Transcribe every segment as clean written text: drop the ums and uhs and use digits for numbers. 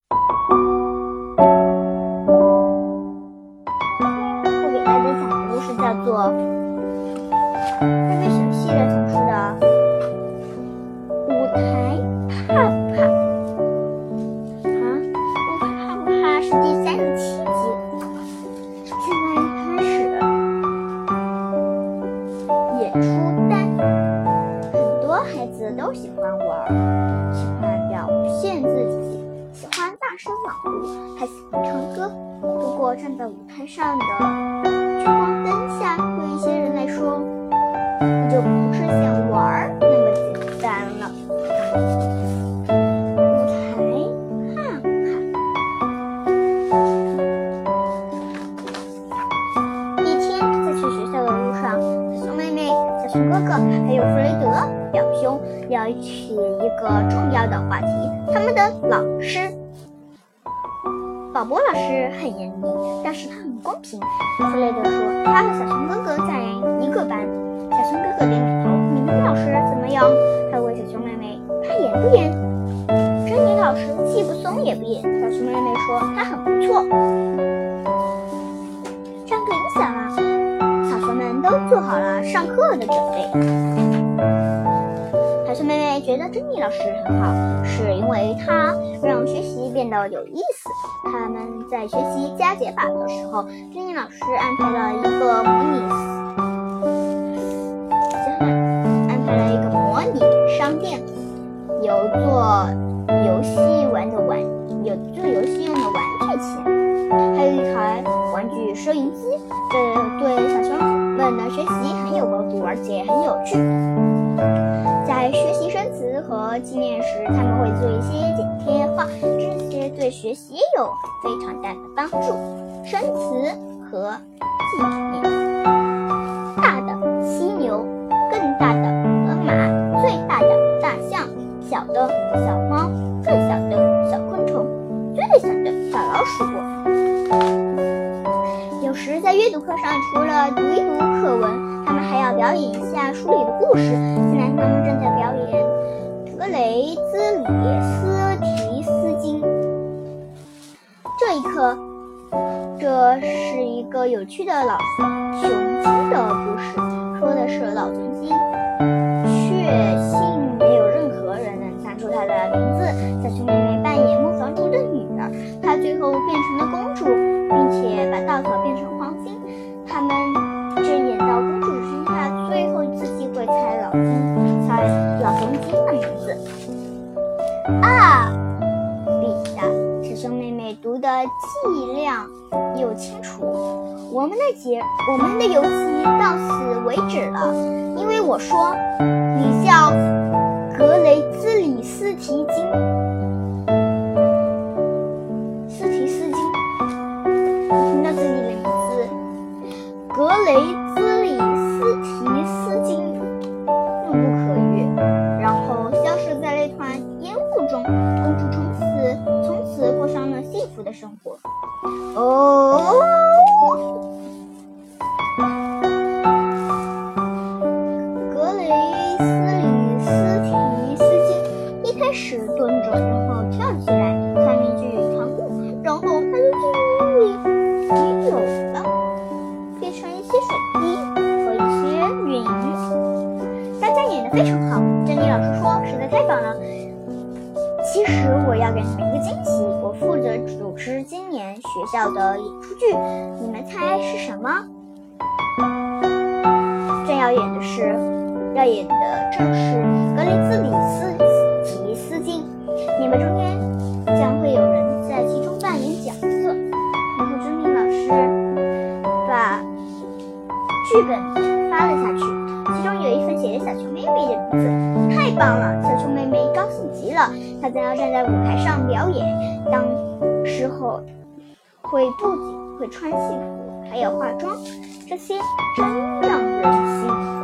我给大家讲的故事叫做这个小系列丛书的舞台怕不怕舞台怕不怕是第37集，现在开始演出单。很多孩子都喜欢玩，喜欢表现自己，喜欢大声朗读，还喜欢唱歌。不过站在舞台上的聚光灯下，对一些人来说，那就不是像玩那么简单了。舞台怕不怕？一天，在去学校的路上，小熊妹妹、小熊哥哥还有弗雷德表兄聊起一个重要的话题，他们的老师。宝博老师很严厉，但是他很公平。弗雷德说他和小熊哥哥在一个班。小熊哥哥点点头。米妮老师怎么样？他问小熊妹妹，他严不严？珍妮老师既不松也不严。小熊妹妹说他很不错。上课铃响了，小熊们都做好了上课的准备。小熊妹妹觉得珍妮老师很好，是因为她让学习变得有意思。他们在学习加减法的时候，珍妮老师安排了一个模拟商店，有做游戏用的玩具钱，还有一台玩具收银机。这对小熊们的学习很有帮助，而且很有趣。在学习生词和纪念时，他们会做一些剪贴画，这些对学习有非常大的帮助。生词和纪念：大的犀牛，更大的河马，最大的大象，小的小猫，最小的小昆虫，最小的小老鼠。有时在阅读课上，除了读一读课文，他们还要表演一下书里的故事。现在他们正在表演格雷兹里斯提斯金。这一刻，这是一个有趣的老熊精的故事，说的是老熊精确信没有任何人能猜出他的名字。小熊妹妹扮演磨坊主的女儿，她最后变成了公主，并且把稻草变成黄金。他们正演到公主只剩下最后一次机会猜老熊精的名字。比的小熊妹妹读的剂量又清楚。我们的游戏到此为止了，因为我说你叫格雷兹里斯提金。听到自己的名字格雷兹里斯提斯金，怒不可遏，然后消失在那团烟雾中。公主从此过上了幸福的生活。格雷斯里斯提斯金一开始蹲着，然后跳起来，下面就有一团雾，然后他就进入雾里游泳了，变成一些水滴和一些云。大家演得非常好，珍妮老师说实在太棒了。其实我要给你们一个惊喜，我负责主持今年学校的演出剧，你们猜是什么？要演的正是格雷兹里斯提斯金。你们中间将会有人在其中扮演角色。然后珍妮老师把剧本发了下去，其中有一份写着小熊妹妹的名字。太棒了，小熊妹妹高兴极了，她将要站在舞台上表演，当时候会布景，会穿戏服，还有化妆，这些真让人兴奋。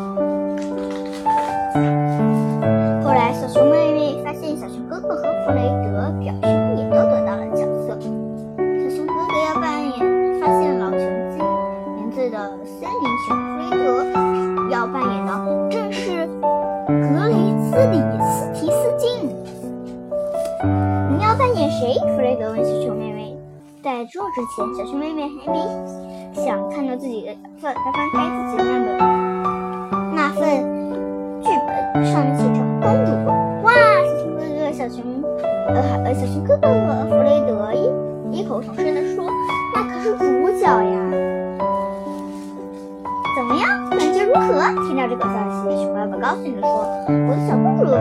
后来小熊妹妹发现小熊哥哥和弗雷德表兄也都得到了角色。小熊哥哥要扮演发现老熊精名字的森林熊，弗雷德要扮演的正是格雷兹里斯提斯金。你要扮演谁？ 弗雷德问小熊妹妹。在这之前，小熊妹妹还没想看到自己的份，她翻开自己的那份剧本，上面写着公主。哇！小熊哥哥和弗雷德异口同声地说：“那可是主角呀！”怎么样，感觉如何？听到这个消息，熊爸爸高兴地说：“我的小公主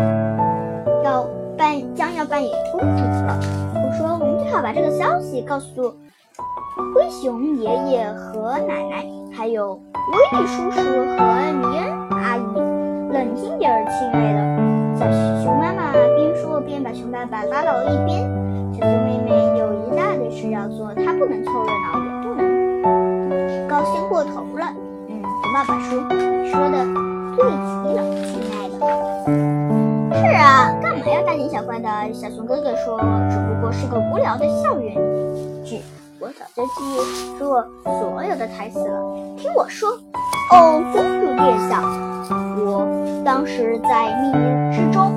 将要扮演公主了。”我说：“我们最好把这个消息告诉灰熊爷爷和奶奶，还有威利叔叔和尼恩阿姨。冷静点儿，亲爱的。”小熊妈妈边说边把熊爸爸拉到了一边。小熊妹妹有一大堆事要做，她不能凑热闹，也不能高兴过头了。熊爸爸说：“你说的对极了，亲爱的。”是啊，干嘛要大惊小怪的？小熊哥哥说：“只不过是个无聊的校园剧，我早就记住所有的台词了。听我说，哦，公主殿下，我当时在密林之中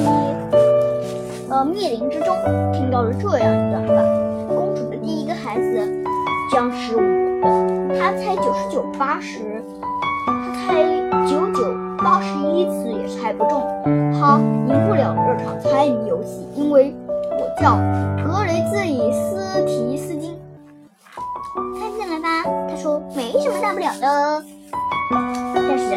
听到了这样一段话：公主的第一个孩子将是我的，她猜99、80，她猜99、81次也猜不中，她赢不了这场猜谜游戏，因为我叫格雷兹里斯提斯金。看见了吧？他说没什么大不了的。但是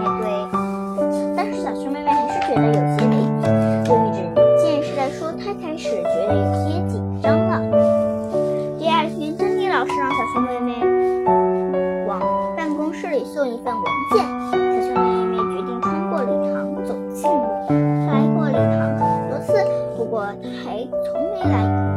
小熊妹妹还是觉得有些累。对于这件事来说，她开始觉得有些紧张了。第二天，珍妮老师让小熊妹妹往办公室里送一份文件。小熊妹妹决定穿过礼堂走近路。她来过礼堂很多次，不过她还从没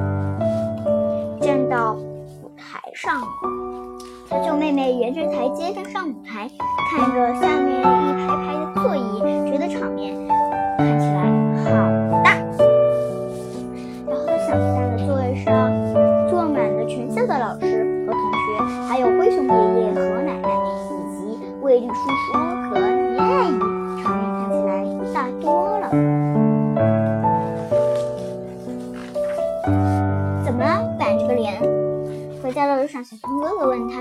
站到舞台上。小熊妹妹沿着台阶登上舞台，看着下面一排排的座椅，觉得场面看起来好大。然后她想起来的座位上坐满了全校的老师和同学，还有灰熊爷爷和奶奶，以及威利叔叔和尼阿姨，场面看起来大多了。怎么了？板着个脸。回家的路上，小熊哥哥问他：“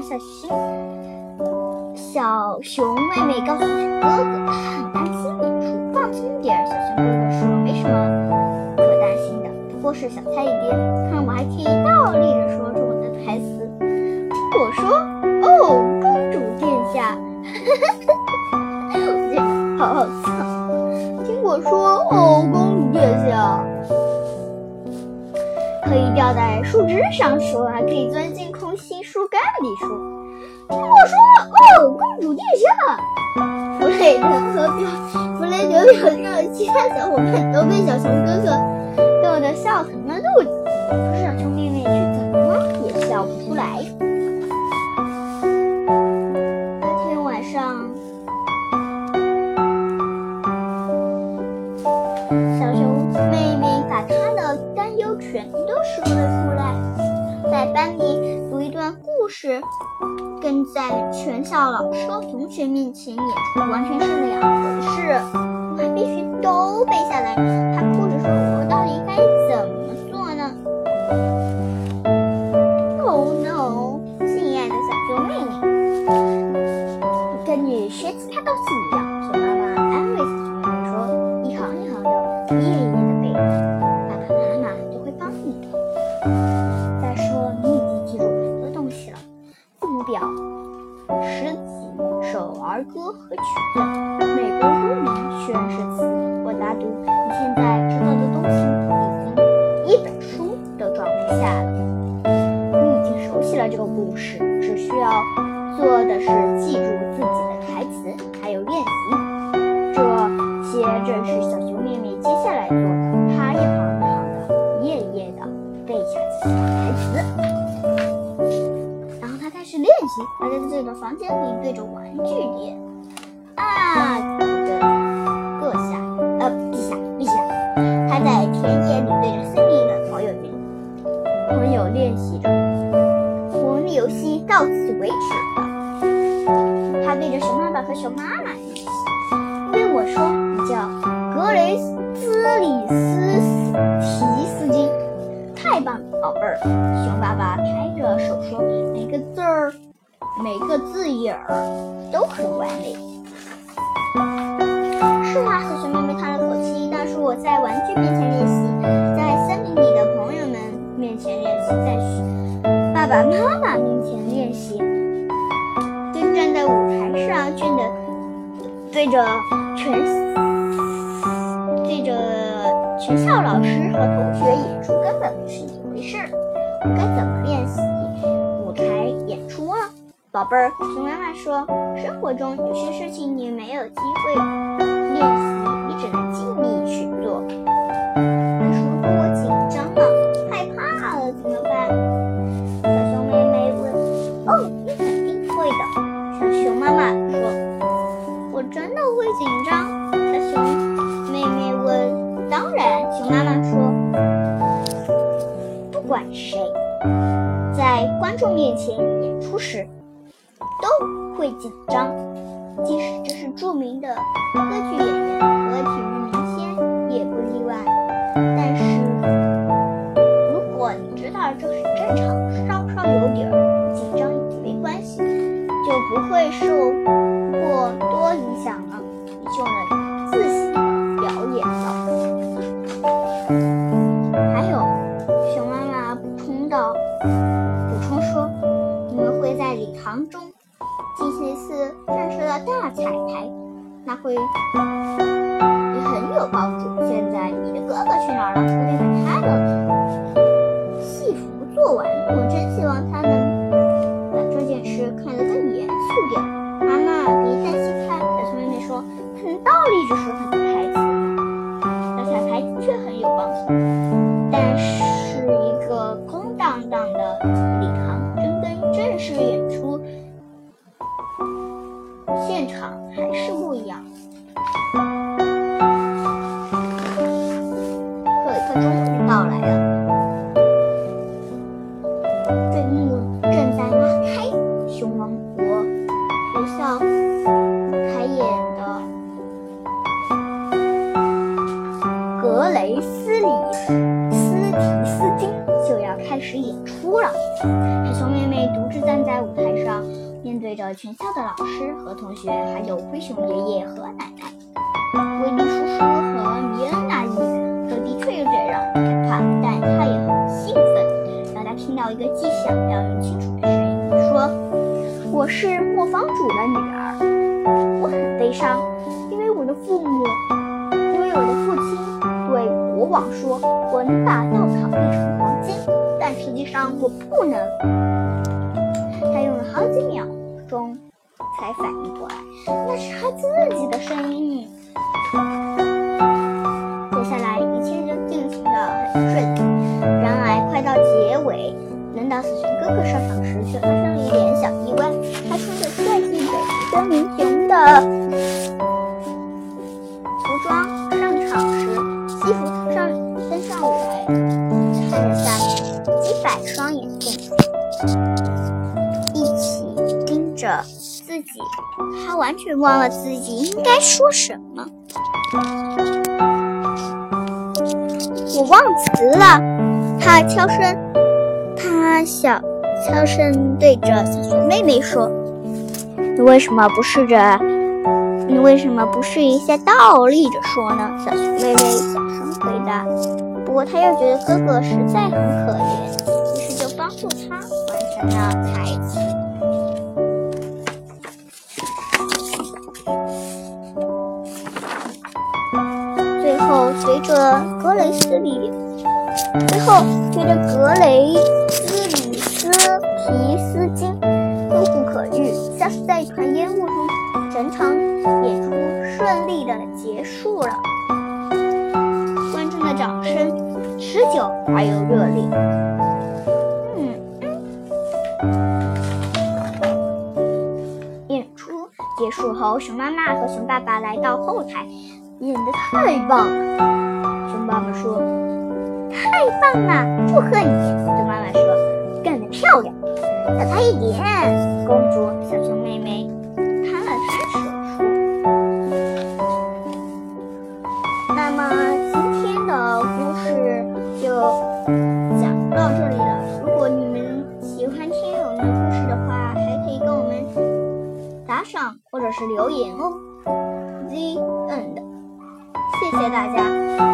小熊妹妹告诉小熊哥哥，她很担心你，说放心点。”小熊哥哥说：“没什么可担心的，不过是小菜一碟。看我还可以倒立着说出我的台词。听我说，哦，公主殿下。”我觉得好好笑。听我说，哦，公主殿下。可以吊在树枝上说，还可以钻进空心树干里说。听我说，哦，公主殿下！弗雷德表示让其他小伙伴都被小熊哥哥逗得笑疼了肚子，可是小熊妹妹却怎么也笑不出来。那天晚上，小熊妹妹把她的担忧全都说了出来，在班里读一段故事，跟在全校老师和同学面前演出完全是两回事。我还必须都背下来。她哭着说：“我到底该怎么做呢？” Oh no， 亲爱的小熊妹妹，跟你学其他东西一样。熊妈妈安慰小熊妹妹说：“一行一行的，一页一页的背，爸爸妈妈就会帮你的。再说，你已经记住很多东西了，字母表、诗集、首儿歌和曲子，美国歌名、宣誓词或答读，你现在知道的东西已经一本书都装不下了。你已经熟悉了这个故事，只需要做的是记住自己的台词，还有练习。这些正是小熊妹妹接下来做的，她一行一行的，一页一页的背下自己的台词。然后她开始练习，她在自己的房间里对着玩具练。陛下，她在田野里对着森林的朋友练习着。我们的游戏到此为止了。她对着熊爸爸和熊妈妈练习，因为我说你叫格雷兹里斯提斯金，太太棒了，宝贝儿！熊爸爸拍着手说，每个字眼儿都很完美。是啊，小熊妹妹叹了口气，那是我在玩具面前练习，在森林里的朋友们面前练习，在爸爸妈妈面前练习，跟站在舞台上对着全校老师和同学演出根本不是一回事。我该怎么练习舞台演出啊？宝贝儿，熊妈妈说，生活中有些事情你没有机会练习，你只能尽力去做。但是如果我紧张了，害怕了怎么办？小熊妹妹问。哦，你肯定会的。小熊妈妈说，我真的会紧张。小熊妹妹问。当然，熊妈妈说，不管谁在观众面前演出时都会紧张，即使这是著名的歌剧演员和体育明星也不例外。但是如果你知道这很正常，稍有点紧张也没关系，就不会受过多影响了，你就能自信地表演了。还有，熊妈妈补充说，你们会在礼堂中进行一次正式的大彩排，那会也很有帮助。现在你的哥哥去哪儿了？我得把他的戏服做完，我真希望他能把这件事看得更严肃点。妈妈，别担心他。小熊妹妹说，很道理，只是很台词。大彩排的确很有帮助，但是一个空荡荡的礼堂真跟正式演出现场还是不一样。这一刻终于到来了，队幕正在拉开，熊王国学校开演的格雷斯里斯提斯金就要开始演出了。小熊妹妹独自站在舞台上，面对着全校的老师和同学，还有灰熊爷爷和奶奶。威利叔叔和米恩阿姨，这的确有点让人害怕，但他也很兴奋。让他听到一个既响亮又清楚的声音说，我是磨坊主的女儿，我很悲伤，因为我的父亲对国王说，我能把稻草变成黄金，但实际上我不能。他用了好几秒钟才反应过来，那是他自己的声音。接下来一切就进行得很顺利，然而快到结尾，轮到小熊哥哥上场时，却发生了一点小意外。他穿着帅气的森林熊的服装上场时，西服登上舞台，看着下面几百双眼睛一起盯着自己，他完全忘了自己应该说什么。我忘词了，他悄声对着小熊妹妹说，你为什么不试一下倒立着说呢？小熊妹妹小声回答，不过她又觉得哥哥实在很可怜，于是就帮助他完成了台词。最后随着格雷斯里斯提斯金都不可遇，消失在一团烟雾中，整场演出顺利地结束了。观众的掌声持久而又热烈。演出结束后，熊妈妈和熊爸爸来到后台，演得太棒了。熊爸爸说，太棒了，祝贺你。熊妈妈说，干得漂亮，小他一点。公主小熊妹妹摊了摊手说，那么今天的故事就讲意的话，还可以跟我们打赏或者是留言哦。The end，谢谢大家。